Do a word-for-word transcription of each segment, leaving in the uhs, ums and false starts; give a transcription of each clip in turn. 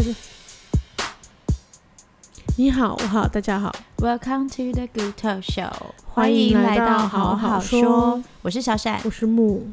你好，我好，大家好 Welcome to the Good Talk Show， 欢迎来到好好说， 我是小闪， 我是木。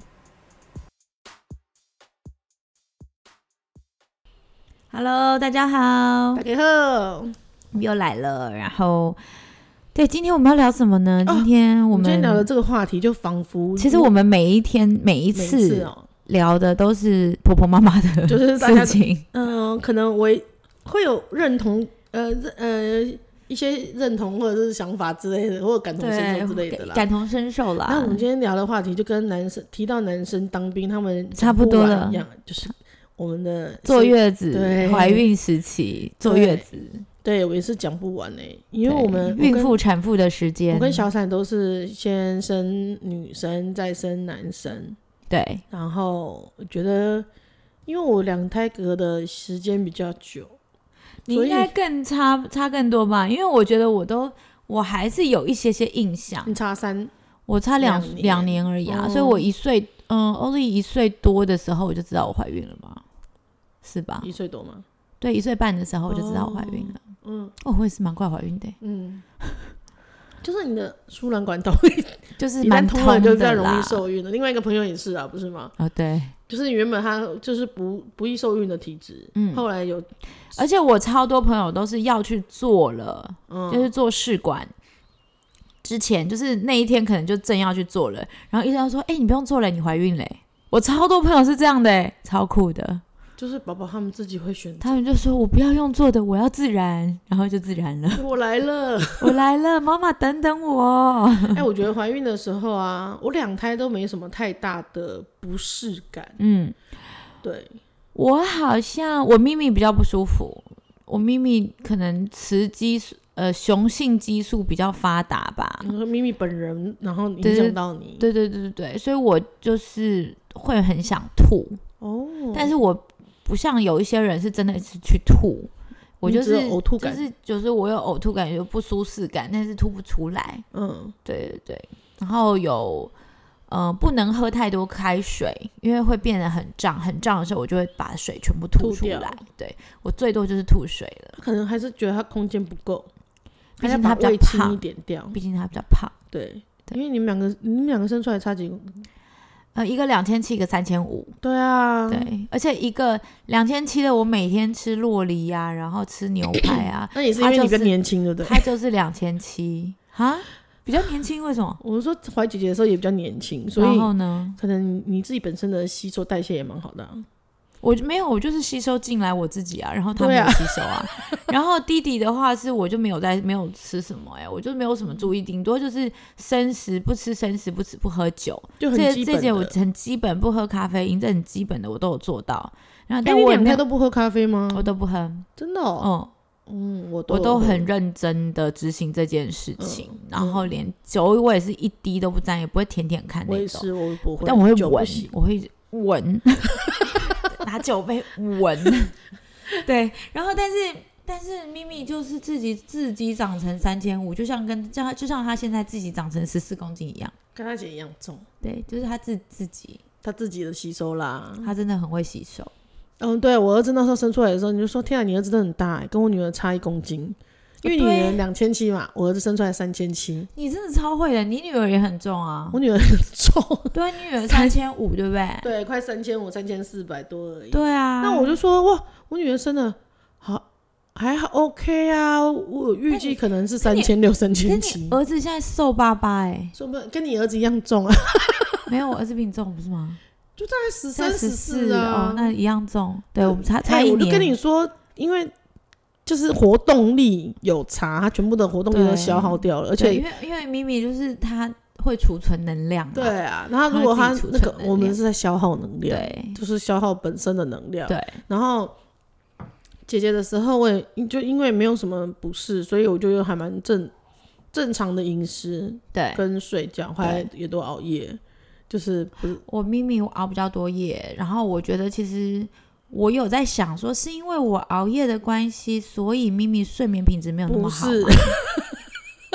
Hello， 大家好， 大家好， 又来了。然后，对，今天我们要聊什么呢？哦、今天我们, 我们今天聊的这个话题，就仿佛其实我们每一天每一次聊的都是婆婆妈妈的就是大家事情。 嗯、呃，可能我会有认同，呃呃，一些认同或者是想法之类的，或者感同身受之类的啦。 感同身受啦。 那我们今天聊的话题就跟男生提到男生当兵，他们差不多了一样，就是我们的坐月子、怀孕时期坐月子。 对，我也是讲不完欸，因为我们孕妇产妇的时间， 我跟小闪都是先生女生再生男生， 对， 然后我觉得因为我两胎隔的时间比较久， 你应该更差差更多吧？因为我觉得我都我还是有一些些印象。 你差三， 我差两两年而已啊，哦、所以我一岁，嗯，欧丽一岁多的时候我就知道我怀孕了嘛，是吧？ 一岁多吗？ 对，一岁半的时候我就知道我怀孕了。哦嗯，哦，我也是蛮快怀孕的。 嗯，就是你的输卵管通， 就是蛮通的，就比较容易受孕的。另外一个朋友也是啊，不是吗？ 哦，对， 就是原本他就是不不易受孕的体质，嗯，后来有， 而且我超多朋友都是要去做了，嗯、就是做试管之前，就是那一天可能就正要去做了，然后医生说：“哎、欸，你不用做了，你怀孕嘞。”我超多朋友是这样的、欸，超酷的。 就是宝宝他们自己会选择， 他们就说我不要用做的，我要自然，然后就自然了。 我来了， 我来了，妈妈等等我。 哎、欸，我觉得怀孕的时候啊，我两胎都没什么太大的不适感。嗯，对， 我好像我咪咪比较不舒服，我咪咪可能雌激素呃雄性激素比较发达吧。 你说咪咪本人，然后影响到你， 对对对对对，所以我就是会很想吐哦，但是我。不像有一些人是真的是去吐，我就是呕吐感， 就是就是我有呕吐感，有不舒适感，但是吐不出来。嗯，对对对。然后有呃不能喝太多开水，因为会变得很胀，很胀的时候我就会把水全部吐出来。对，我最多就是吐水了。 可能还是觉得它空间不够， 毕竟它比较胖一点掉， 毕竟它比较胖。 对，对，因为你们两个你们两个生出来差几公分？ 呃，一个两千七，一个三千五。 对啊， 对，而且一个两千七的，我每天吃酪梨啊，然后吃牛排啊。 那也是因为你更年轻，对不对？ 他就是两千七啊，比较年轻，为什么？ 我说怀姐姐的时候也比较年轻，所以然后呢， 可能你自己本身的吸收代谢也蛮好的、啊。 我没有，我就是吸收进来我自己啊，然后他没有吸收啊。啊然后弟弟的话是，我就没有在没有吃什么哎、欸，我就没有什么注意，顶多就是生食不吃生食，不吃不喝酒， 就很基本的。 这这些我很基本，不喝咖啡因，这很基本的我都有做到。然后但我两天都不喝咖啡吗？ 我都不喝， 真的哦。嗯嗯，我都我都很认真的执行这件事情，嗯、然后连酒我也是一滴都不沾，也不会舔舔看那种。 我也是，我不会， 但我会闻，我会闻。拿酒杯闻，对，然后但是但是咪咪就是自己自己长成三千五，就像跟像就像他现在自己长成十四公斤一样， 跟他姐一样重。 对，就是他自自己他自己的吸收啦， 他真的很会吸收。 嗯，对我儿子那时候生出来的时候，你就说天啊，你儿子真的很大、欸，跟我女儿差一公斤。因为你女儿两千七嘛，我儿子生出来三千七。 你真的超会的，你女儿也很重啊。 我女儿很重， 对，你女儿三千五，对不对？ 对，快三千五，三千四百多而已。 对啊。 那我就说哇，我女儿生的好还好 OK 啊，我预计可能是三千六、三千七。 你儿子现在瘦巴巴哎， 说不跟你儿子一样重啊？ 没有，我儿子比你重不是吗？ 就大概十三、十四啊， 哦，那一样重。对，我们差差一年。 我就跟你说，因为。就是活动力有差，他全部的活动力都消耗掉了，而且因为因为咪咪就是他会储存能量、啊， 对啊，然后如果他那个我们是在消耗能量， 对， 就是消耗本身的能量， 对。 然后姐姐的时候，我也就因为没有什么不适，所以我就还蛮正正常的饮食， 对， 跟睡觉，后来也都熬夜，就是不是我咪咪我熬比较多夜，然后我觉得其实。我有在想说是因为我熬夜的关系，所以咪咪睡眠品质没有那么好吗？ 不是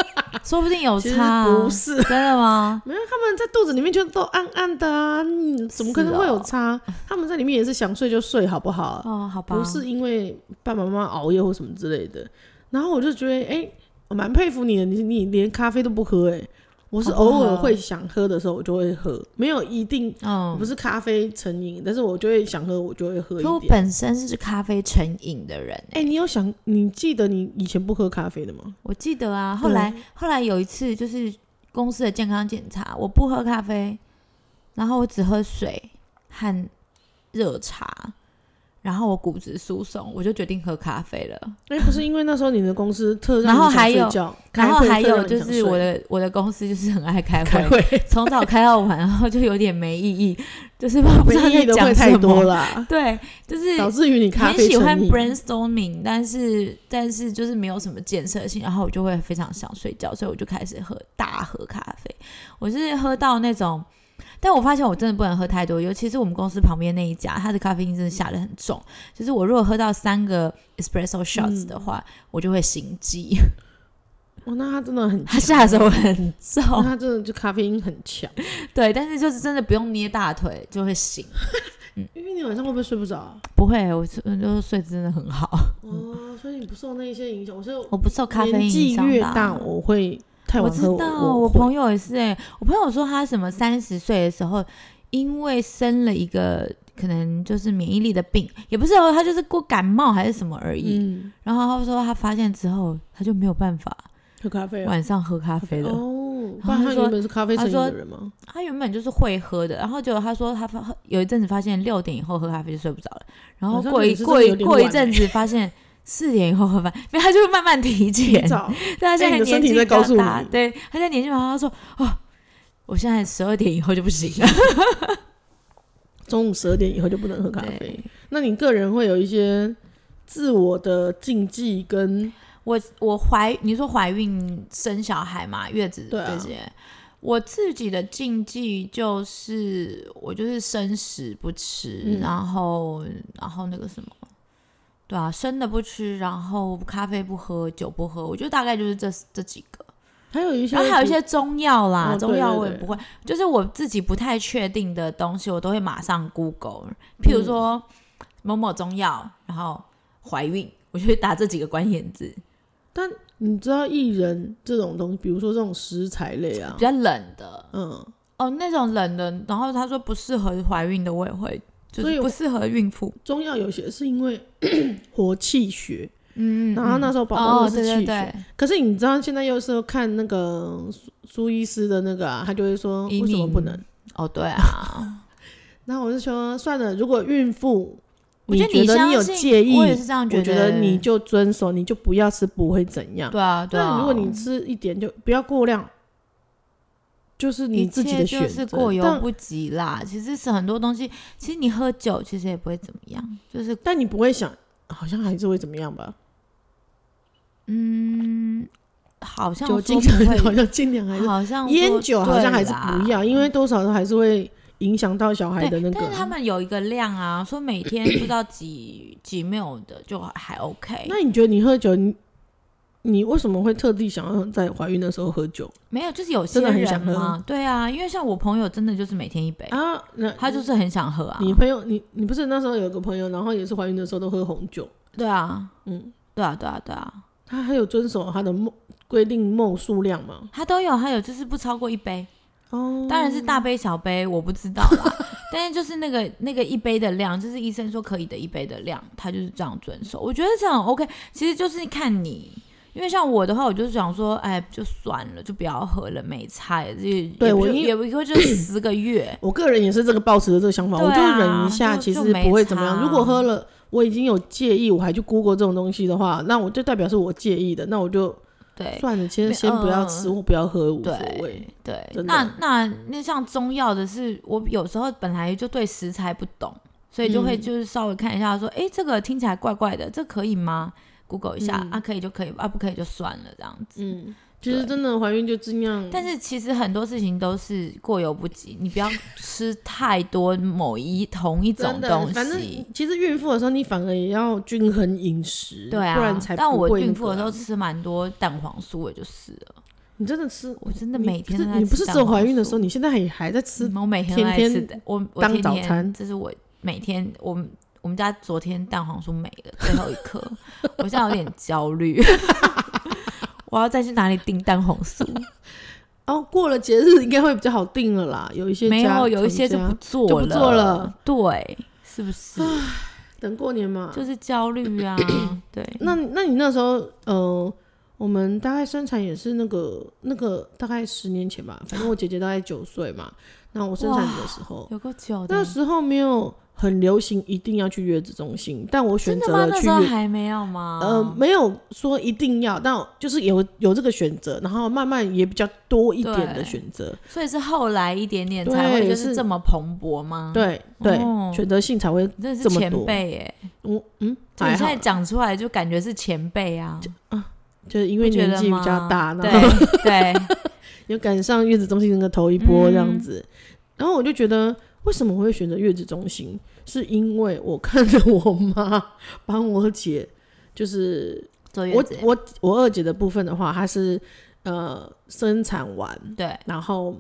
说不定有差、啊， 其实不是， 真的吗？ 没有，他们在肚子里面就都暗暗的啊，你怎么可能会有差、哦？他们在里面也是想睡就睡，好不好？ 哦，好吧， 不是因为爸爸妈妈熬夜或什么之类的。然后我就觉得，哎、欸，我蛮佩服你的，你你连咖啡都不喝、欸，哎。我是偶尔会想喝的时候，我就会喝，没有一定，嗯，不是咖啡成瘾，但是我就会想喝，我就会喝一点。 可我本身是咖啡成瘾的人、欸。 哎、欸，你有想，你记得你以前不喝咖啡的吗？ 我记得啊，后来后来有一次就是公司的健康检查，我不喝咖啡，然后我只喝水和热茶。然后我骨质疏松，我就决定喝咖啡了。 哎、欸，不是因为那时候你的公司特让你想睡觉， 然后还有，然后还有就是我的我的公司就是很爱开会，从早开到晚，然后就有点没意义，就是不知道在讲什么。太多啦，对，就是导致于你咖啡很喜欢 brainstorming， 但是但是就是没有什么建设性，然后我就会非常想睡觉，所以我就开始喝大喝咖啡。我是喝到那种。但我发现我真的不能喝太多，尤其是我们公司旁边那一家，它的咖啡因真的下得很重。就是我如果喝到三个 espresso shots 的话，嗯、我就会心悸。 哇，那它真的很强， 它下手很重， 那它真的就咖啡因很强。 对，但是就是真的不用捏大腿就会醒。 嗯、因为你晚上会不会睡不着、啊？ 不会，我就睡真的很好。 哦，所以你不受那些影响。我是我不受咖啡因影响的、啊。 年纪越大，我会。 我知道，我, 我朋友也是哎、欸，我朋友说他什么三十岁的时候，因为生了一个可能就是免疫力的病，也不是哦，他就是过感冒还是什么而已。嗯、然后他说他发现之后，他就没有办法喝咖啡、啊， 晚上喝咖啡了。 哦，不然他原本是咖啡成瘾的人吗？ 他, 他原本就是会喝的，然后结果他说他发有一阵子发现六点以后喝咖啡就睡不着了，然后过一过一过一阵子发现。四点以后喝饭，因为他就会慢慢提前。对，他现在年纪比较大，对，他现在年纪比较大，他说：“哦，我现在十二点以后就不行了， 中午十二点以后就不能喝咖啡。”那你个人会有一些自我的禁忌跟我我怀你说怀孕生小孩嘛，月子这些、啊，我自己的禁忌就是我就是生食不吃，嗯、然后然后那个什么。对啊，生的不吃，然后咖啡不喝，酒不喝，我觉得大概就是这这几个。 还有一些， 然后还有一些中药啦， 哦、 中药我也不会，对对对，就是我自己不太确定的东西，我都会马上 Google。譬如说、嗯、某某中药，然后怀孕，我就会打这几个关键字。 但你知道薏仁这种东西，比如说这种食材类啊， 比较冷的， 嗯， 哦，那种冷的，然后他说不适合怀孕的，我也会。就是不适合孕妇。 中药有些是因为活气血，嗯，然后那时候宝宝又是气血、哦对对对，可是你知道现在又是看那个苏医师的那个啊，他就会说为什么不能？ 哦，对啊。 然后我就说算了，如果孕妇你觉得你有介意， 我也是这样觉得， 我觉得你就遵守，你就不要吃，不会怎样。 对啊，对啊。 但如果你吃一点就不要过量。就是你自己的选择， 就是过犹不及啦。其实是很多东西，其实你喝酒其实也不会怎么样，就是但你不会想，好像还是会怎么样吧？ 嗯，好像酒精好像尽量还是， 好像烟酒好像还是不要，因为多少都还是会影响到小孩的那个。 但是他们有一个量啊，说每天不知道几几 ml 的就还 OK。 那你觉得你喝酒你？你为什么会特地想要在怀孕的时候喝酒？ 没有，就是有些人嘛，对啊，因为像我朋友真的就是每天一杯啊，他就是很想喝啊。 你朋友，你你不是那时候有个朋友，然后也是怀孕的时候都喝红酒？ 对啊，嗯，对啊，对啊，对啊。 他还有遵守他的规定梦数量吗？ 他都有，还有就是不超过一杯。哦，当然是大杯小杯我不知道啦，但是就是那个那个一杯的量，就是医生说可以的一杯的量，他就是这样遵守。我觉得这样 OK， 其实就是看你。因为像我的话，我就想说，哎，就算了，就不要喝了，没差，也对我也不会就十个月。 我个人也是这个抱持的这个想法，啊、我就忍一下，其实不会怎么样。如果喝了，我已经有介意，我还去 Google 这种东西的话，那我就代表是我介意的，那我就对算了，其实先不要吃、呃、或不要喝无所谓。 对，对那那那像中药的是，我有时候本来就对食材不懂，所以就会就是稍微看一下，说，哎、嗯，这个听起来怪怪的，这可以吗？Google 一下、嗯、啊，可以就可以，啊不可以就算了，这样子。嗯， 其实真的怀孕就尽量， 但是其实很多事情都是过犹不及，你不要吃太多某一同一种东西。 反正其实孕妇的时候，你反而也要均衡饮食， 对啊， 不然才不但会、啊。 我孕妇的时候吃蛮多蛋黄酥，也就是了。 你真的吃？ 我真的每天都在吃。 你不是只有怀孕的时候，你现在还还在吃？ 我每天都在吃的，我我当早餐。 这是我每天，我们我们家昨天蛋黄酥没了，最后一颗，我现在有点焦虑，我要再去哪里订蛋黄酥？ 哦，过了节日应该会比较好订了啦。有一些没有，有一些就不做了， 就不做了， 对，是不是？ 等过年嘛， 就是焦虑啊。对， 那那你那时候呃，我们大概生产也是那个那个大概十年前吧，反正我姐姐大概九岁嘛，那我生产的时候有够久的， 那时候没有很流行一定要去月子中心，但我选择了去。 真的吗？那时候还没有吗？ 呃，没有说一定要，但就是有有这个选择，然后慢慢也比较多一点的选择。 所以是后来一点点才会就是这么蓬勃吗？ 对对， 哦、 选择性才会这么多。 这是前辈耶， 嗯嗯， 就你现在讲出来就感觉是前辈啊， 就啊，就是因为年纪比较大， 对对， 有赶上月子中心那个头一波这样子，嗯、然后我就觉得。为什么我会选择月子中心？是因为我看着我妈帮我姐，就是我我我二姐的部分的话，她是呃生产完， 对， 然后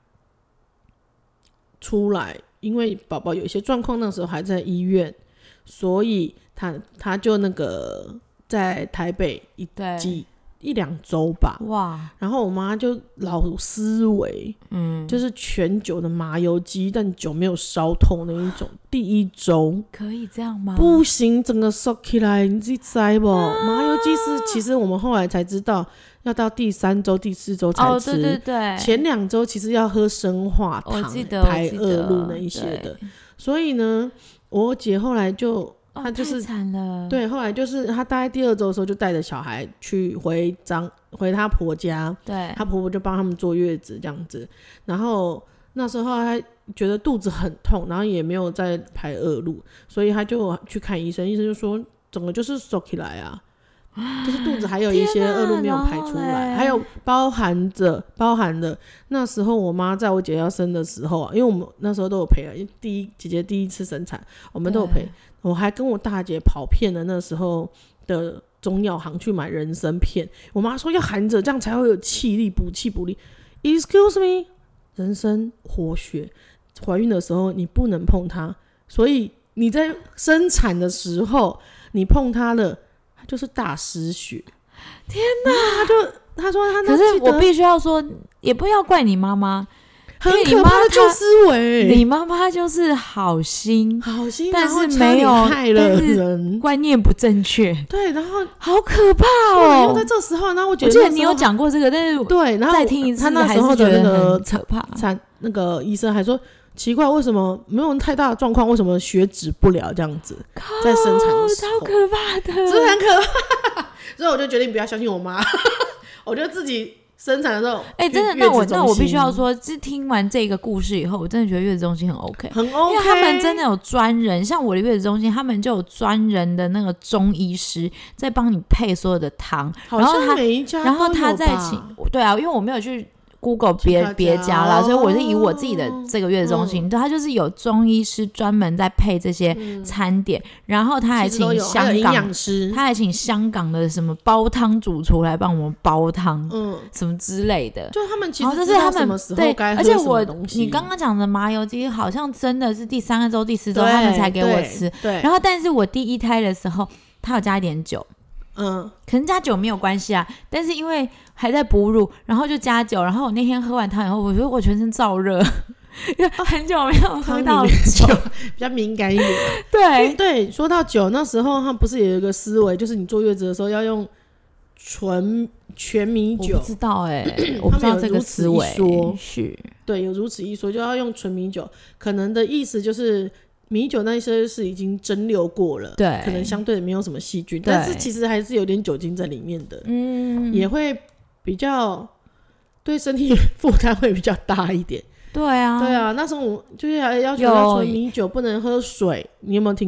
出来，因为宝宝有一些状况，那时候还在医院，所以她她就那个在台北一几。一两周吧， 哇！ 然后我妈就老思维，嗯，就是全酒的麻油鸡，但酒没有烧透那一种。第一周可以这样吗？ 不行，整个烧起来，你自己猜不？啊、麻油鸡是，其实我们后来才知道，要到第三周、第四周才吃。 哦，对对对， 前两周其实要喝生化糖、排恶露那一些的。所以呢，我姐后来就。他就是、 哦、太惨了， 对，后来就是他大概第二周的时候就带着小孩去回张回他婆家， 对， 他婆婆就帮他们坐月子这样子，然后那时候他觉得肚子很痛，然后也没有再排恶露，所以他就去看医生，医生就说整个就是收起来啊，就是肚子还有一些恶露没有排出来，还有包含着包含的那时候我妈在我姐要生的时候啊，因为我们那时候都有陪，因为第一姐姐第一次生产，我们都有陪。我还跟我大姐跑遍了那时候的中药行去买人参片，我妈说要含着，这样才会有气力，补气补力。Excuse me， 人参活血，怀孕的时候你不能碰它，所以你在生产的时候你碰它了，它就是大失血。 天哪！ 他就他说他， 可是我必须要说，也不要怪你妈妈。 很可怕的旧思维， 你妈妈就是好心， 好心， 但是没有害了人， 观念不正确。 对，然后好可怕哦！ 又在这时候，然后我觉得， 我记得你有讲过这个，但是对，然后再听一次， 他那时候的那个可怕， 产那个医生还说奇怪，为什么没有太大的状况，为什么血止不了这样子？在生产的时候， 超可怕的， 真的很可怕。所以我就决定不要相信我妈，我就自己。生产的时候， 哎、欸，真的，那我那我必须要说，是听完这个故事以后，我真的觉得月子中心很 OK， 很 OK， 因为他们真的有专人，像我的月子中心，他们就有专人的那个中医师在帮你配所有的汤， 然后他每一家然后他在请，对啊，因为我没有去。Google 别别家啦，所以我是以我自己的这个月子中心，嗯、对，他就是有中医师专门在配这些餐点，嗯、然后他还请香港，他还请香港的什么煲汤主厨来帮我们煲汤，嗯，什么之类的， 就他们其实知道什么时候该喝什么东西。 对，而且我你刚刚讲的麻油鸡好像真的是第三个周、第四周他们才给我吃， 对，对然后但是我第一胎的时候，他有加一点酒。 嗯， 可能加酒没有关系啊，但是因为还在哺乳，然后就加酒，然后我那天喝完汤以后，我觉得我全身燥热，因为很久没有喝到酒， 比较敏感一点。 对对，说到酒，那时候他不是有一个思维，就是你坐月子的时候要用纯全米酒， 我不知道哎、欸，我不知道这个思维说是， 对，有如此一说，就要用纯米酒，可能的意思就是。米酒那些是已经蒸馏过了， 对， 可能相对没有什么细菌，但是其实还是有点酒精在里面的， 嗯， 也会比较对身体负担会比较大一点。 对啊， 对啊，那时候我就是要求要纯米酒不能喝水，你有没有听过？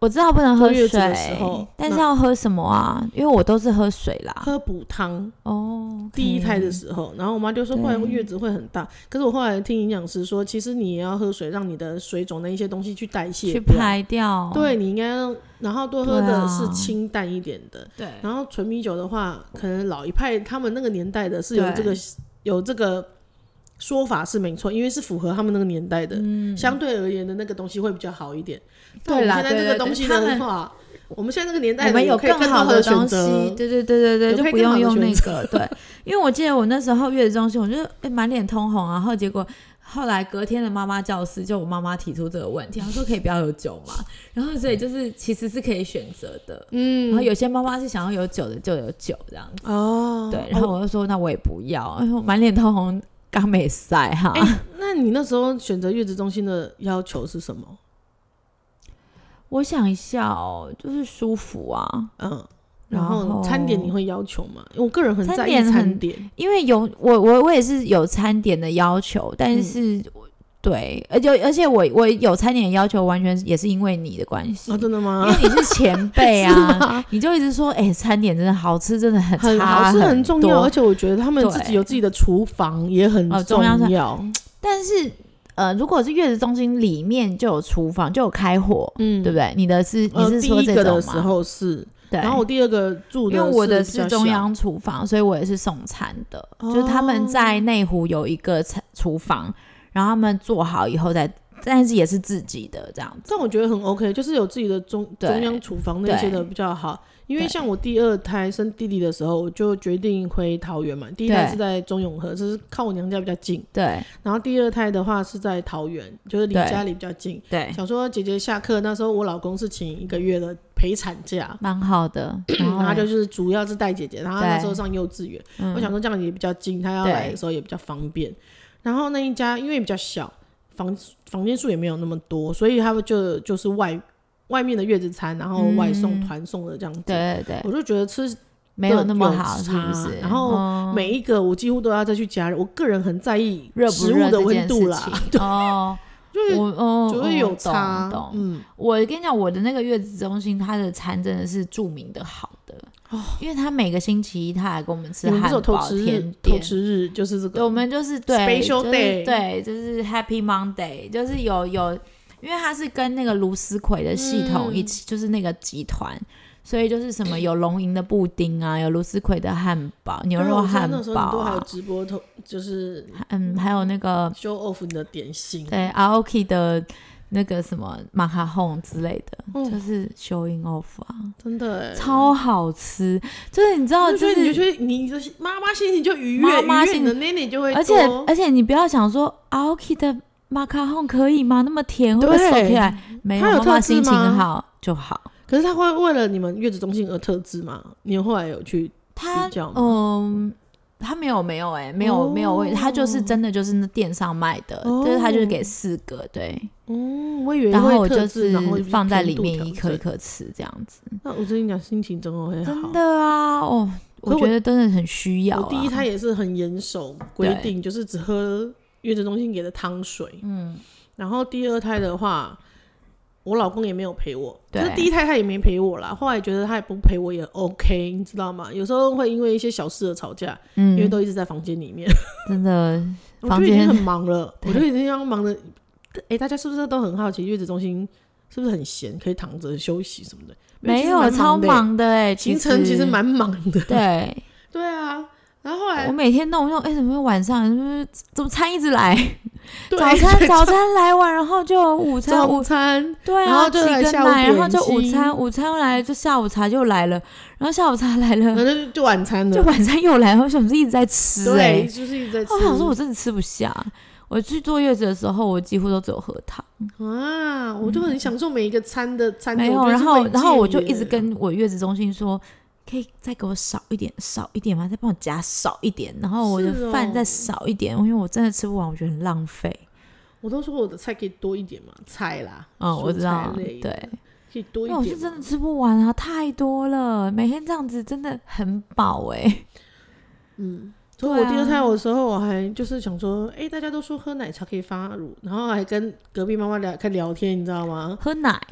我知道不能喝水的时候， 但是要喝什么啊？因为我都是喝水啦， 喝补汤哦。 第一胎的时候，然后我妈就说，后来月子会很大，可是我后来听营养师说，其实你也要喝水，让你的水肿的一些东西去代谢掉去排掉。 对，你应该要，然后多喝的是清淡一点的。 对、啊， 然后纯米酒的话，可能老一派他们那个年代的是有这个有这个说法是没错，因为是符合他们那个年代的，嗯、相对而言的那个东西会比较好一点。 对啦， 现在这个东西的话，我们现在这个年代我们有更好的东西，对对对对对，就不用用那个。对，因为我记得我那时候月子中心，我就哎满脸通红，然后结果后来隔天的妈妈教室，就我妈妈提出这个问题，她说可以不要有酒嘛，然后所以就是其实是可以选择的，嗯，然后有些妈妈是想要有酒的就有酒这样子，哦，对，然后我就说、哦、那我也不要，哎呦满脸通红，刚没晒哈、 欸。那你那时候选择月子中心的要求是什么？ 我想一下哦，就是舒服啊，嗯， 然后餐点你会要求吗？因为我个人很在意餐点， 因为有我我我也是有餐点的要求，但是、嗯、对，而且而且我我有餐点的要求，完全也是因为你的关系、 哦、真的吗？ 因为你是前辈啊，你就一直说，哎、欸，餐点真的好吃，真的很很好吃，很重要，而且我觉得他们自己有自己的厨房也很重要，哦、重要但是。呃，如果是月子中心里面就有厨房，就有开火，嗯，对不对？你的是你是说这种吗？ 呃、第一个的时候是，对。然后我第二个住的是， 因为我的是中央厨房，所以我也是送餐的，哦、就是他们在内湖有一个厨房，然后他们做好以后再，但是也是自己的这样子。 但我觉得很 OK， 就是有自己的中中央厨房那些的比较好。因为像我第二胎生弟弟的时候，我就决定回桃园嘛。第一胎是在中永和，就是靠我娘家比较近。 对。 然后第二胎的话是在桃园，就是离家里比较近。对。想说姐姐下课那时候，我老公是请一个月的陪产假， 蛮好的。 然后他就是主要是带姐姐，然后他那时候上幼稚园，我想说这样也比较近，他要来的时候也比较方便。然后那一家因为比较小，房房间数也没有那么多，所以他们就就是外。外面的月子餐，然后外送团、嗯、送的这样子， 对对对， 我就觉得吃没有那么好，是不是？ 然后每一个我几乎都要再去加热，我个人很在意食物的温度啦， 热不热哦， 就是我哦， 就会有差。 懂，懂嗯，我跟你讲，我的那个月子中心，它的餐真的是著名的好的。哦、因为他每个星期一他还给我们吃汉堡甜点， 偷吃日就是这个， 我们就是对 special day，、 就是、对，就是 Happy Monday， 就是有有。因为它是跟那个卢斯葵的系统一起、嗯、就是那个集团，所以就是什么有龙吟的布丁啊，有卢斯葵的汉堡、牛肉汉堡、啊、 那时候你都还有直播头，就是嗯，还有那个 show off 你的点心， 对 Aoki 的那个什么马卡洪之类的、嗯、就是 showing off 啊， 真的超好吃，就是你知道，就是你就你的妈妈心情就愉悦，妈妈心情的奶奶就会多， 而且而且你不要想说 Aoki 的马卡洪可以吗？那么甜会不会收起来？没有，妈妈心情好就好。 可是他会为了你们月子中心而特制吗？你后来有去比较吗？ 嗯，他没有没有哎、欸，没有、哦、没有，他就是真的就是那店上卖的，哦、就是他就是给四个对。 嗯，我以为然后我就是放在里面一颗一颗吃这样子。 那我跟你讲，心情真的会好。 真的啊，哦，我觉得真的很需要、啊。 我第一胎也是很严守规定，就是只喝月子中心给的汤水，嗯，然后第二胎的话，我老公也没有陪我，可是第一胎他也没陪我啦。后来觉得他也不陪我也 OK， 你知道吗？有时候会因为一些小事的吵架，嗯，因为都一直在房间里面， 真的， 我就已经很忙了，我就已经要忙的。哎、欸，大家是不是都很好奇月子中心是不是很闲，可以躺着休息什么的？ 没有，超忙的哎、欸， 行程其实蛮忙的， 对， 对啊。然后后来我每天弄弄，哎、欸，怎么晚上怎么餐一直来？早餐早餐来完，然后就午餐午餐， 对啊， 然后就来下午点心， 然后就午餐午餐来，就下午茶就来了，然后下午茶来了， 然后就就晚餐了， 就晚餐又来了，我想是一直在吃、欸， 对，就是一直在吃。 我想说，我真的吃不下。我去坐月子的时候，我几乎都只有喝汤啊，我就很享受每一个餐的餐点。 没有，然后然后我就一直跟我月子中心说。可以再给我少一点少一点吗？再帮我加少一点，然后我的饭再少一点、哦、因为我真的吃不完，我觉得很浪费。 我都说我的菜可以多一点嘛，菜啦， 嗯，我知道，对， 可以多一点。 我是真的吃不完啊，太多了，每天这样子真的很饱哎、欸。 嗯，所以我第二胎的时候，我还就是想说，哎、欸，大家都说喝奶茶可以发乳，然后还跟隔壁妈妈聊开聊天，你知道吗？ 喝奶。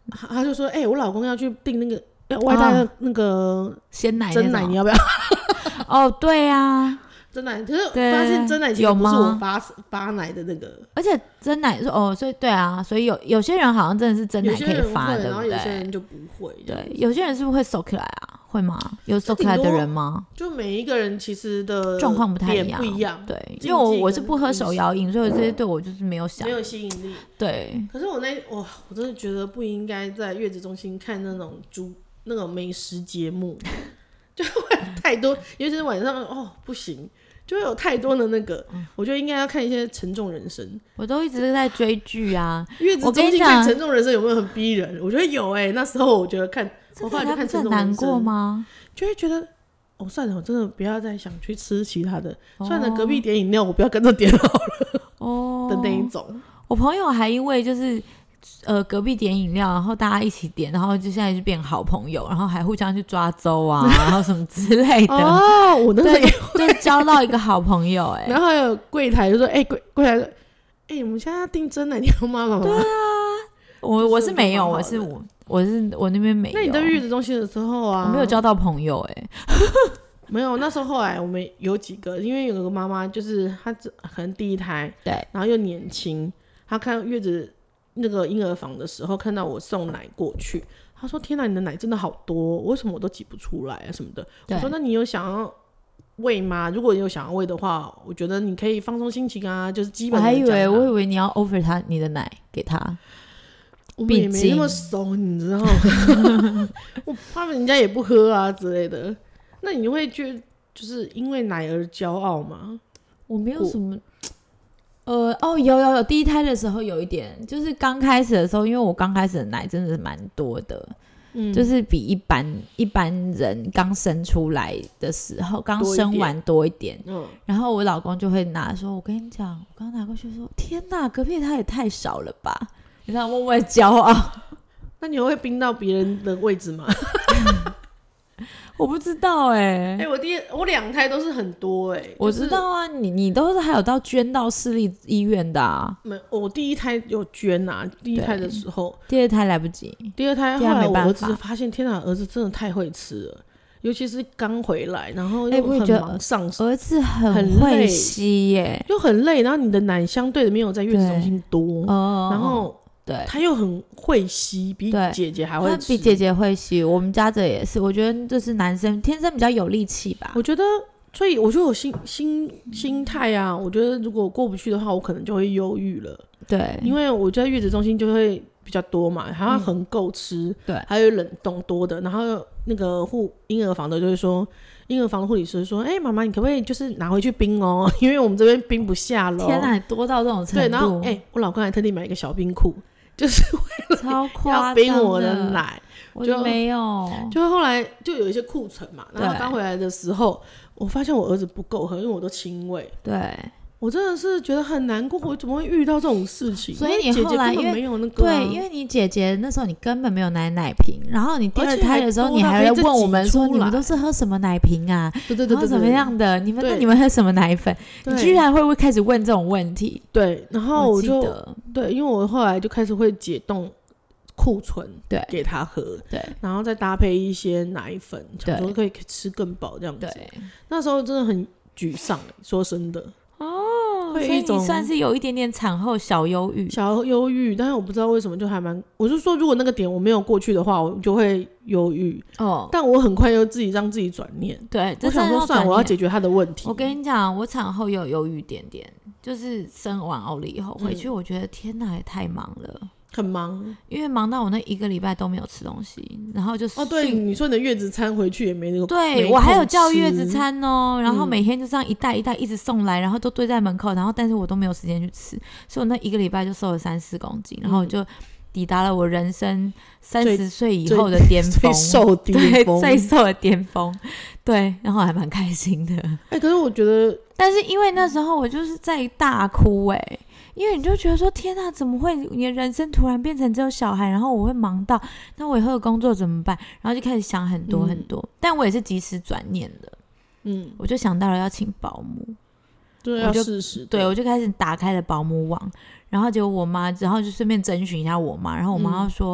他就说：“哎、欸，我老公要去订那个要外带的那个鲜奶真奶，你要不要？” 哦，对啊。 真奶，可是发现真奶其实不是我发发奶的那个， 而且真奶哦，所以对啊，所以有有些人好像真的是真奶可以发的， 然后有些人就不会。 对，有些人是不是会收起来啊？会吗？有收起来的人吗？ 就每一个人其实的状况不太一样， 不一样。 对，因为我我是不喝手摇饮，所以这些对我就是没有想没有吸引力。 对， 可是我那哇，我真的觉得不应该在月子中心看那种猪那种美食节目，就会太多，尤其是晚上哦，不行。就会有太多的那个、嗯，我觉得应该要看一些沉重人生。 我都一直在追剧啊， 月子中心看沉重人生有没有很逼人？我觉得有哎、欸，那时候我觉得看，我后来就看沉重人生， 难过吗？ 就会觉得哦，算了，我真的不要再想去吃其他的，哦、算了，隔壁点饮料，我不要跟着点好了。哦，的那一种。 我朋友还因为就是呃隔壁点饮料，然后大家一起点，然后就现在就变好朋友，然后还互相去抓周啊，然后什么之类的。 哦，我那时候也就交到一个好朋友哎、欸。 然后还有柜台就说：“哎、欸，柜柜台说，哎、欸，我们现在要订真奶，你要吗？”妈妈。 对啊，我、就是、我是没有，我是我我是我那边没有。 那你在月子中心的时候啊， 我没有交到朋友哎、欸。 没有，那时候后来我们有几个，因为有个妈妈就是她可能第一胎， 对， 然后又年轻，她看月子那个婴儿房的时候，看到我送奶过去，她说：“天哪，你的奶真的好多，为什么我都挤不出来啊什么的？”我说：“那你有想要喂吗？如果你有想要喂的话，我觉得你可以放松心情啊，就是基本的。” 我还以为我以为你要 offer 他你的奶给他， 我们也没那么熟，你知道吗？我怕人家也不喝啊之类的。那你会觉得就是因为奶而骄傲吗？ 我没有什么，呃，哦，有有有，第一胎的时候有一点，就是刚开始的时候，因为我刚开始的奶真的是蛮多的，嗯，就是比一般一般人刚生出来的时候，刚生完多一点，嗯，然后我老公就会拿说，我跟你讲，我刚拿过去说，天哪，隔壁他也太少了吧，你知道默默骄傲。 那你会冰到别人的位置吗？ 我不知道哎、欸， 哎、欸，我第一我两胎都是很多哎、欸， 我知道啊，你你都是还有到捐到私立医院的啊。 没，我第一胎有捐啊，第一胎的时候， 第二胎来不及， 第二胎后来我儿子发现，天哪，儿子真的太会吃了，尤其是刚回来，然后又很忙上手， 欸、儿子很会吸耶， 又很累，然后你的奶相对的没有在月子中心多，哦、然后。 对， 他又很会吸，比姐姐还会吃， 他比姐姐会吸。我们家这也是，我觉得这是男生天生比较有力气吧。 我觉得，所以我觉得我心心心态啊，我觉得如果过不去的话，我可能就会忧郁了。 对， 因为我在月子中心就会比较多嘛，还要很够吃，嗯、对，还有冷冻多的，然后那个护婴儿房的就会说。婴儿房的护理师说：“哎、欸，妈妈，你可不可以就是拿回去冰哦？因为我们这边冰不下了。” 天哪，多到这种程度！ 对，然后哎、欸，我老公还特地买一个小冰库，就是为了超夸要冰我的奶。 我就没有， 就后来就有一些库存嘛。然后刚回来的时候，我发现我儿子不够喝，因为我都亲喂。 对。 我真的是觉得很难过，我怎么会遇到这种事情？ 所以你后来因为没有那个、 啊、对，因为你姐姐那时候你根本没有奶奶瓶，然后你第二胎的时候你还会问我们说你们都是喝什么奶瓶啊？ 对对对对， 怎么样的？你们那你们喝什么奶粉？你居然会不会开始问这种问题？ 对，然后我就我对，因为我后来就开始会解冻库存，对，给他喝，对，然后再搭配一些奶粉，想说可以吃更饱这样子。对，那时候真的很沮丧，说真的。 哦，所以你算是有一点点产后小忧郁， 小忧郁，但是我不知道为什么就还蛮，我就说如果那个点我没有过去的话，我就会忧郁哦。但我很快又自己让自己转念， 对， 我想说算，我要解决他的问题。 我跟你讲，我产后有忧郁点点，就是生完奥利以后回去，我觉得、嗯、天哪，也太忙了。 很忙， 因为忙到我那一个礼拜都没有吃东西，然后就哦，对，你说你的月子餐回去也没那个， 对我还有叫月子餐哦，然后每天就这样一袋一袋一直送来，然后都堆在门口，然后但是我都没有时间去吃，所以我那一个礼拜就瘦了三四公斤，然后我就抵达了我人生三十岁以后的巅峰， 最瘦巅峰， 最瘦的巅峰，对，然后还蛮开心的。 哎、欸，可是我觉得， 但是因为那时候我就是在大哭哎、欸。因为你就觉得说天哪，怎么会你的人生突然变成只有小孩，然后我会忙到那我以后的工作怎么办，然后就开始想很多很多、嗯、但我也是及时转念的，嗯，我就想到了要请保姆， 对，要试试， 对，我就开始打开了保姆网，然后结果我妈然后就顺便征询一下我妈，然后我妈就说、嗯、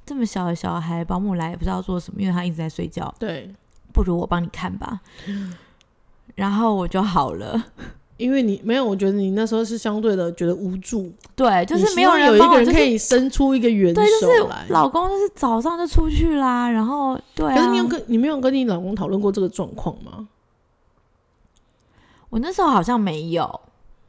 这么小的小孩，保姆来也不知道做什么，因为他一直在睡觉， 对， 不如我帮你看吧。然后我就好了。 因为你没有，我觉得你那时候是相对的觉得无助， 对，就是没有人有一个人可以伸出一个援手来。 对，就是老公就是早上就出去啦，然后对啊。 可是你有跟你没有跟你老公讨论过这个状况吗？ 我那时候好像没有。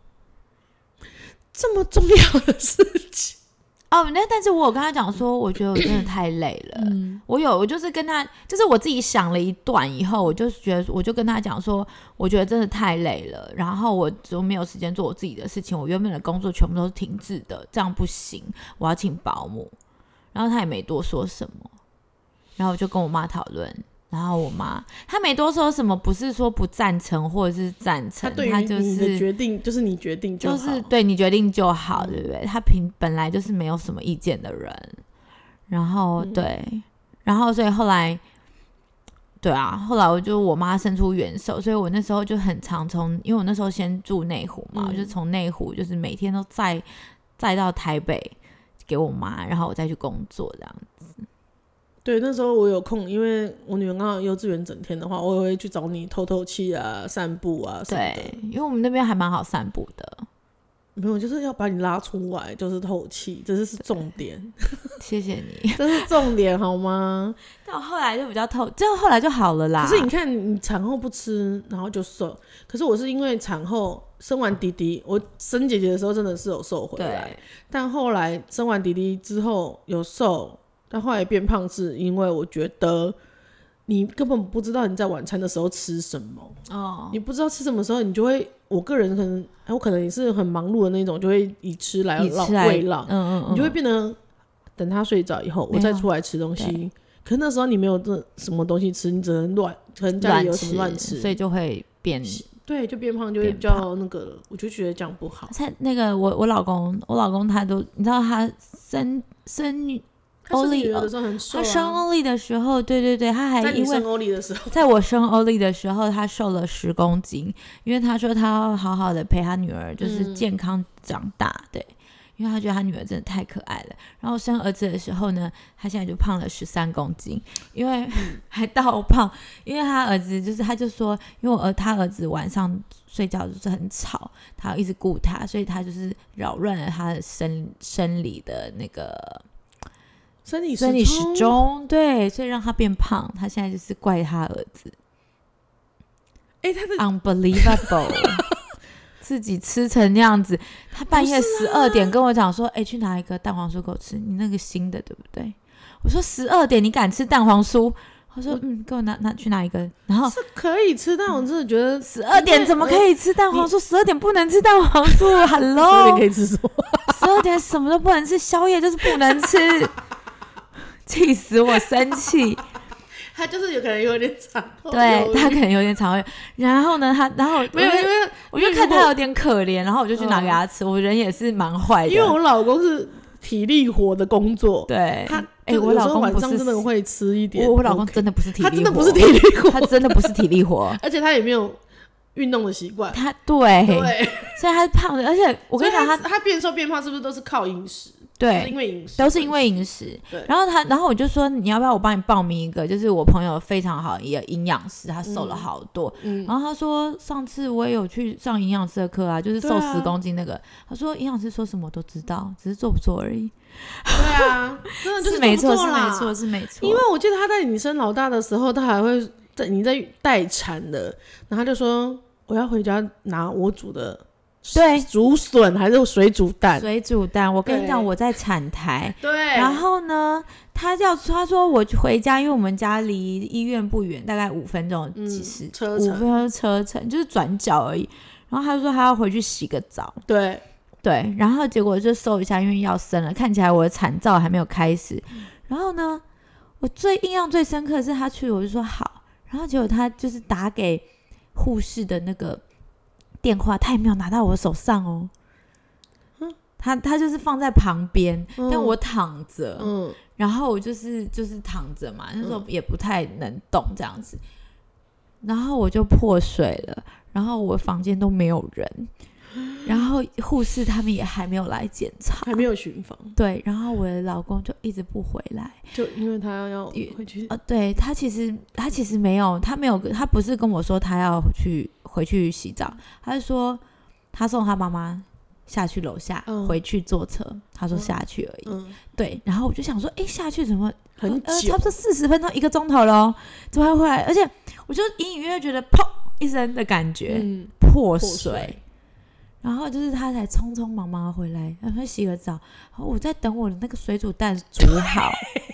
这么重要的事情哦，那但是我有跟他讲说，我觉得我真的太累了。嗯、我有，我就是跟他，就是我自己想了一段以后，我就觉得，我就跟他讲说，我觉得真的太累了，然后我就没有时间做我自己的事情，我原本的工作全部都是停滞的，这样不行，我要请保姆。然后他也没多说什么，然后我就跟我妈讨论。然后我妈她没多说什么，不是说不赞成或者是赞成， 她对于你的决定就是你决定就好， 就是对你决定就好，对不对？她平本来就是没有什么意见的人，然后、嗯、对，然后所以后来，对啊，后来我就我妈伸出援手，所以我那时候就很常从，因为我那时候先住内湖嘛，嗯、我就从内湖就是每天都载载到台北给我妈，然后我再去工作这样子。 对，那时候我有空，因为我女儿刚好幼稚园整天的话，我也会去找你透透气啊、散步啊什么的。 对，因为我们那边还蛮好散步的。 没有，就是要把你拉出来，就是透气，这是重点。 谢谢你， 这是重点好吗？ 但我后来就比较透，这样后来就好了啦。 可是你看，你产后不吃，然后就瘦。可是我是因为产后生完弟弟，我生姐姐的时候真的是有瘦回来，但后来生完弟弟之后有瘦。但后来变胖是因为我觉得你根本不知道你在晚餐的时候吃什么哦，你不知道吃什么时候，你就会，我个人可能，我可能也是很忙碌的那种，就会以吃来慰劳，嗯嗯嗯，你就会变得等他睡着以后，我再出来吃东西。可是那时候你没有这什么东西吃，你只能乱，可能家里有什么乱吃， 所以就会变， 对，就变胖，就会比较那个了。我就觉得这样不好。 他那个我我老公，我老公他都，你知道他生生女。 欧丽的时候很瘦、啊、 他生欧丽的时候，对对对，他还因为在你生欧丽的时候， 在我生欧丽的时候，他瘦了十公斤，因为他说他要好好的陪他女儿，就是健康长大，嗯、对，因为他觉得他女儿真的太可爱了。然后生儿子的时候呢，他现在就胖了十三公斤，因为还倒胖，因为他儿子就是他就说，因为我儿他儿子晚上睡觉就是很吵，他要一直顾他，所以他就是扰乱了他的生生理的那个。 生理生理时钟，对，所以让他变胖。他现在就是怪他儿子， 哎、欸，他的 unbelievable， 自己吃成那样子。他半夜十二点跟我讲说：“哎、欸，去拿一个蛋黄酥给我吃，你那个新的对不对？”我说：“十二点你敢吃蛋黄酥？”他说：“嗯，给我拿拿去拿一个。”然后是可以吃，但我真的觉得十二点怎么可以吃蛋黄酥？十二点不能吃蛋黄酥。Hello， 十二点可以吃什么？ 十二点什么都不能吃，宵夜就是不能吃。气死我，生气！ 他就是有可能有点肠胃， 对他可能有点肠胃。然后呢，他然后没有，因为我就看他有点可怜，然后我就去拿给他吃。嗯、我人也是蛮坏的， 因为我老公是体力活的工作， 对他， 哎、欸，我老公晚上真的会吃一点。 我我老公真的不是体力活， 他真的不是体力活， 他真的不是体力活， 而且他也没有运动的习惯。 他对对， 所以他是胖的，而且我跟你讲，他他变瘦变胖是不是都是靠饮食？ 对， 都是因为饮食， 都是因为饮食。然后他，然后我就说，你要不要我帮你报名一个？就是我朋友非常好一个营养师，他瘦了好多。嗯、然后他说，上次我也有去上营养师的课啊，就是瘦十公斤那个。啊、他说，营养师说什么我都知道，只是做不做而已。 对啊，真的就是没错，是没错，是没错。 因为我记得他在你生老大的时候，他还会在你在待产的，然后他就说我要回家拿我煮的。 对， 竹笋还是水煮蛋？ 水煮蛋，我跟你讲，我在产台。 对。 然后呢，他要他说我回家，因为我们家离医院不远，大概五分钟，其实五分钟车程，就是转角而已。然后他就说他要回去洗个澡。 对对。然后结果就搜一下，因为要生了，看起来我的产兆还没有开始。然后呢，我最印象最深刻的是他去，我就说好。然后结果他就是打给护士的那个。电话他也没有拿到我手上哦，嗯、他他就是放在旁边，嗯、但我躺着，嗯、然后我就是就是躺着嘛，那时候也不太能动这样子，然后我就破水了，然后我房间都没有人， 然后护士他们也还没有来检查， 还没有巡房。 对，然后我的老公就一直不回来， 就因为他要回去。 呃，对他其实他其实没有，他没有，他不是跟我说他要去回去洗澡，他是说他送他妈妈下去楼下、嗯、回去坐车，他说下去而已。嗯、对，然后我就想说，哎，下去怎么很久？ 呃、差不多四十分钟，一个钟头咯，怎么会回来？而且我就隐隐约约觉得砰一声的感觉，嗯、破水。破水然后就是他才匆匆忙忙回来，然后洗个澡，然后我在等我的那个水煮蛋煮好，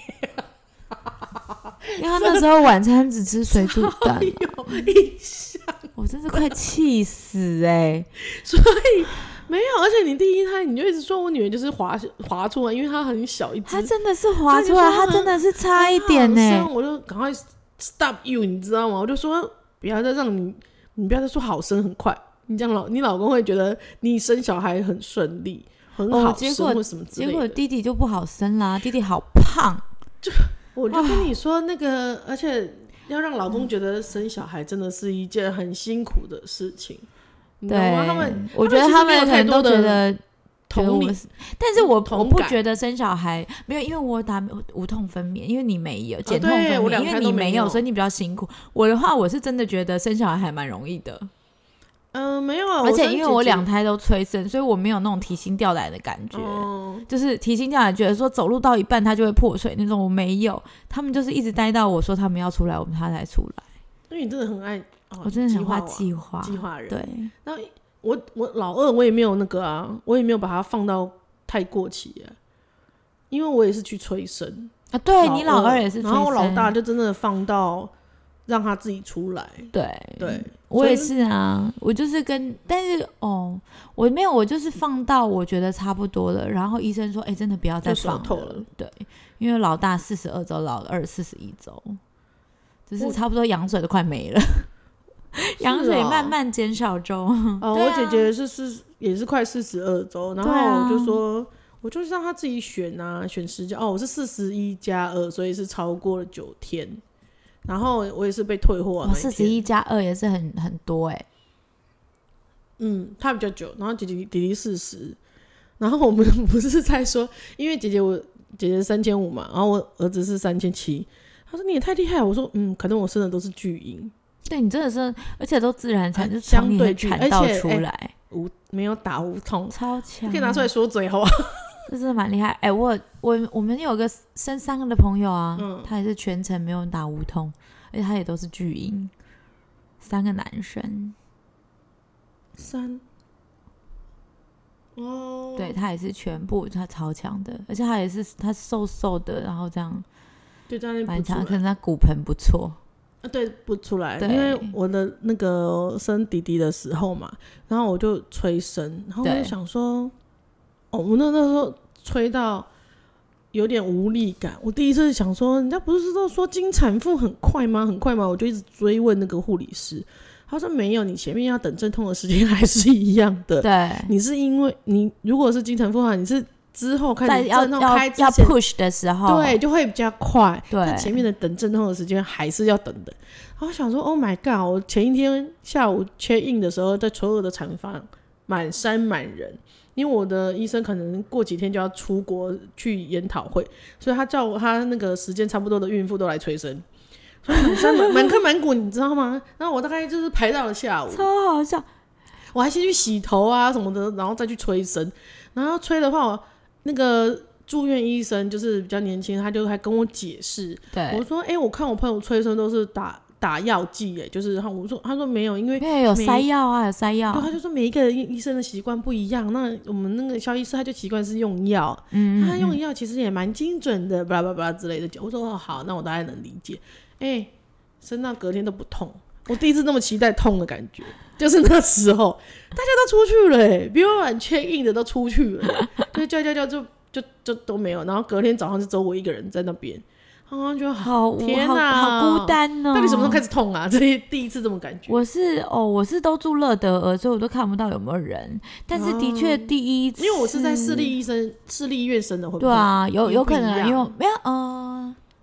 因为他那时候晚餐只吃水煮蛋， 有印象， 我真是快气死哎、欸！ 所以没有，而且你第一胎你就一直说我女儿就是滑滑出来，因为她很小一只， 她真的是滑出来，她真的是差一点呢、欸， 我就赶快 stop you， 你知道吗？我就说不要再让你，你不要再说好生很快。你这样老，你老公会觉得你生小孩很顺利，很好生或什么之类的。 结果弟弟就不好生啦，弟弟好胖。 就我就跟你说那个，而且要让老公觉得生小孩真的是一件很辛苦的事情，你知道吗？他们， 我觉得他们可能都觉得同理， 但是我我不觉得生小孩没有，因为我打无痛分娩，因为你没有减痛分娩、啊，因为你没有，所以你比较辛苦。我的话，我是真的觉得生小孩还蛮容易的。 嗯、呃，没有啊， 而且因为我两胎都催生，所以我没有那种提心吊胆的感觉、哦，就是提心吊胆觉得说走路到一半它就会破水那种，我没有。他们就是一直待到我说他们要出来，我们他才出来。 因为你真的很爱，哦、 我真的很爱计划， 计划人。 对， 那我我老二我也没有那个啊，我也没有把它放到太过期啊，因为我也是去催生啊。对，你老二也是催生， 然后我老大就真的放到让他自己出来。 对对。 我也是啊，我就是跟，但是哦，我没有，我就是放到我觉得差不多了，然后医生说，哎、欸，真的不要再放了，了对，因为老大四十二周，老二四十一周，就是差不多羊水都快没了，羊水慢慢减少中。 哦，啊、我姐姐是是也是快四十二周，然后我就说，啊、我就让她自己选啊，选时间。哦，我是四十一加二，所以是超过了九天。然后我也是被退货， 四十一加二也是很很多哎、欸， 嗯，他比较久，然后姐姐弟弟四十，然后我们不是在说，因为姐姐我姐姐三千五嘛，然后我儿子是三千七，他说你也太厉害了，我说嗯，可能我生的都是巨婴， 对你真的是，而且都自然产，就是相对产道出来， 欸、无没有打无痛， 超强， 可以拿出来说嘴好不好？ 这真的蛮厉害，哎、欸，我我我们有个生三个的朋友啊，嗯、他也是全程没有人打无痛，而且他也都是巨婴，三个男生， 三，哦， 对他也是全部，他超强的，而且他也是他瘦瘦的，然后这样， 对，在那蛮强，可能他骨盆不错。 啊，对，不出来，因为我的那个生弟弟的时候嘛，然后我就催生，然后我就想说。哦、我那那时候催到有点无力感，我第一次想说，人家不是都说经产妇很快吗？很快吗？我就一直追问那个护理师，他说没有，你前面要等阵痛的时间还是一样的。 对， 你是因为你如果是经产妇的话，你是之后开始阵痛开之前要 push 的时候， 对，就会比较快。 对， 但前面的等阵痛的时间还是要等的。然后我想说 ，Oh my god！ 我前一天下午 check in 的时候，在所有的产房满山满人。因为我的医生可能过几天就要出国去研讨会，所以他叫我他那个时间差不多的孕妇都来催生，所以满山满满坑满谷，你知道吗？然后我大概就是排到了下午， 超好笑。 我还先去洗头啊什么的，然后再去催生。然后催的话，那个住院医生就是比较年轻，他就还跟我解释， 对， 我说：“哎、欸，我看我朋友催生都是打。”打药剂耶，就是我说，他说没有，因为因为有塞药啊，有塞药。 对，他就说每一个医生的习惯不一样。那我们那个肖医师他就习惯是用药，嗯, 嗯, 嗯，他用药其实也蛮精准的，巴拉巴拉之类的。我说哦好，那我大概能理解。哎、欸，生到隔天都不痛，我第一次那么期待痛的感觉，就是那时候大家都出去了、欸，比我晚check in的都出去了、欸，就叫叫叫就就就都没有。然后隔天早上就只有我一个人在那边。啊，就好天哪， 好孤单哦！ 到底什么时候开始痛啊？这第一次这种感觉。 我是哦，我是都住乐德儿，所以我都看不到有没有人。但是的确第一次， 因为我是在市立医生、市立医院生的，会不会？ 对啊，有有可能，因为没有，呃，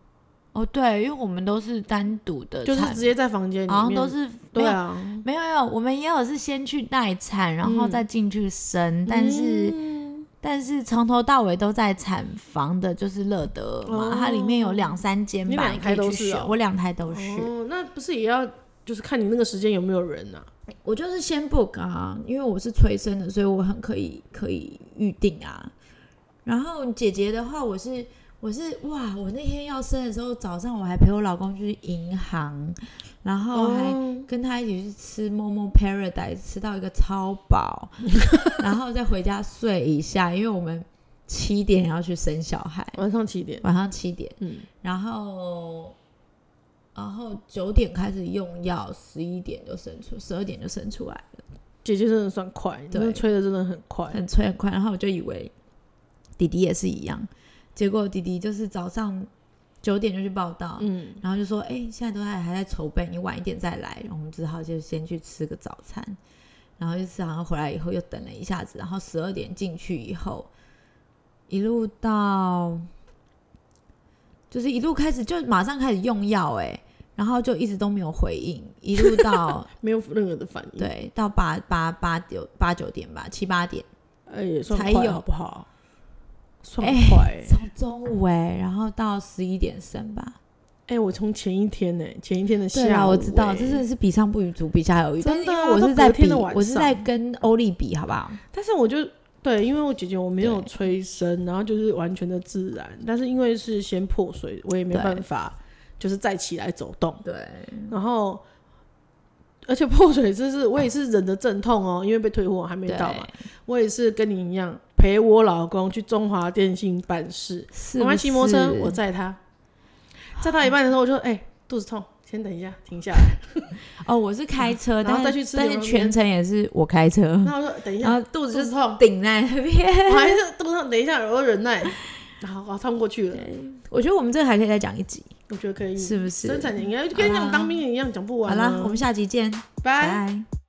哦，对，因为我们都是单独的产， 就是直接在房间里面， 好像都是对啊， 没有没有，我们也有是先去待产，然后再进去生，嗯、但是、嗯、但是从头到尾都在产房的，就是乐德嘛，哦、它里面有两三间吧， 你两胎都是、 哦，我两胎都是。 哦，那不是也要就是看你那个时间有没有人啊？ 我就是先 book 啊，因为我是催生的，所以我很可以可以预定啊。然后姐姐的话，我是。我是哇！我那天要生的时候，早上我还陪我老公去银行，然后还跟他一起去吃 Momo Paradise， 吃到一个超饱，然后再回家睡一下，因为我们七点要去生小孩， 晚上七点， 晚上七点， 嗯， 然后然后九点开始用药，十一点就生出，十二点就生出来了。 姐姐真的算快，对，催的真的很快， 很催很快。然后我就以为弟弟也是一样。结果弟弟就是早上九点就去报到，嗯，然后就说：“哎、欸，现在都还还在筹备，你晚一点再来。”然后我们只好就先去吃个早餐，然后就吃好像回来以后又等了一下子，然后十二点进去以后，一路到就是一路开始就马上开始用药，哎，然后就一直都没有回应，一路到没有任何的反应， 对，到八八八九八九点吧，七八点， 哎、欸，也算快好不好？算快、欸， 从、欸、中午哎、欸，然后到十一点生吧。 哎、欸，我从前一天呢、欸，前一天的下午、欸， 对啊，我知道，这真的是比上不足，比下有余。 真的、啊， 但是因为我是在比， 我是在跟欧丽比，好不好？ 但是我就对，因为我姐姐我没有催生，然后就是完全的自然，但是因为是先破水，我也没办法，就是再起来走动。 对， 然后。而且破水就是我也是忍着阵痛哦，因为被退货还没到嘛，我也是跟你一样陪我老公去中华电信办事，我妈骑摩托车，我载他，载到一半的时候我就哎、欸、肚子痛，先等一下停下来。 哦，我是开车， 然后再去吃， 但是全程也是我开车。 然后我说等一下，然后肚子就是痛， 顶在那边， 我还是肚子痛，等一下我忍耐，然后我趟过去了。 我觉得我们这个还可以再讲一集。 我觉得可以， 是不是？ 生产年应该就跟你讲当兵一样讲不完、啊。 好啦，我们下集见， 拜。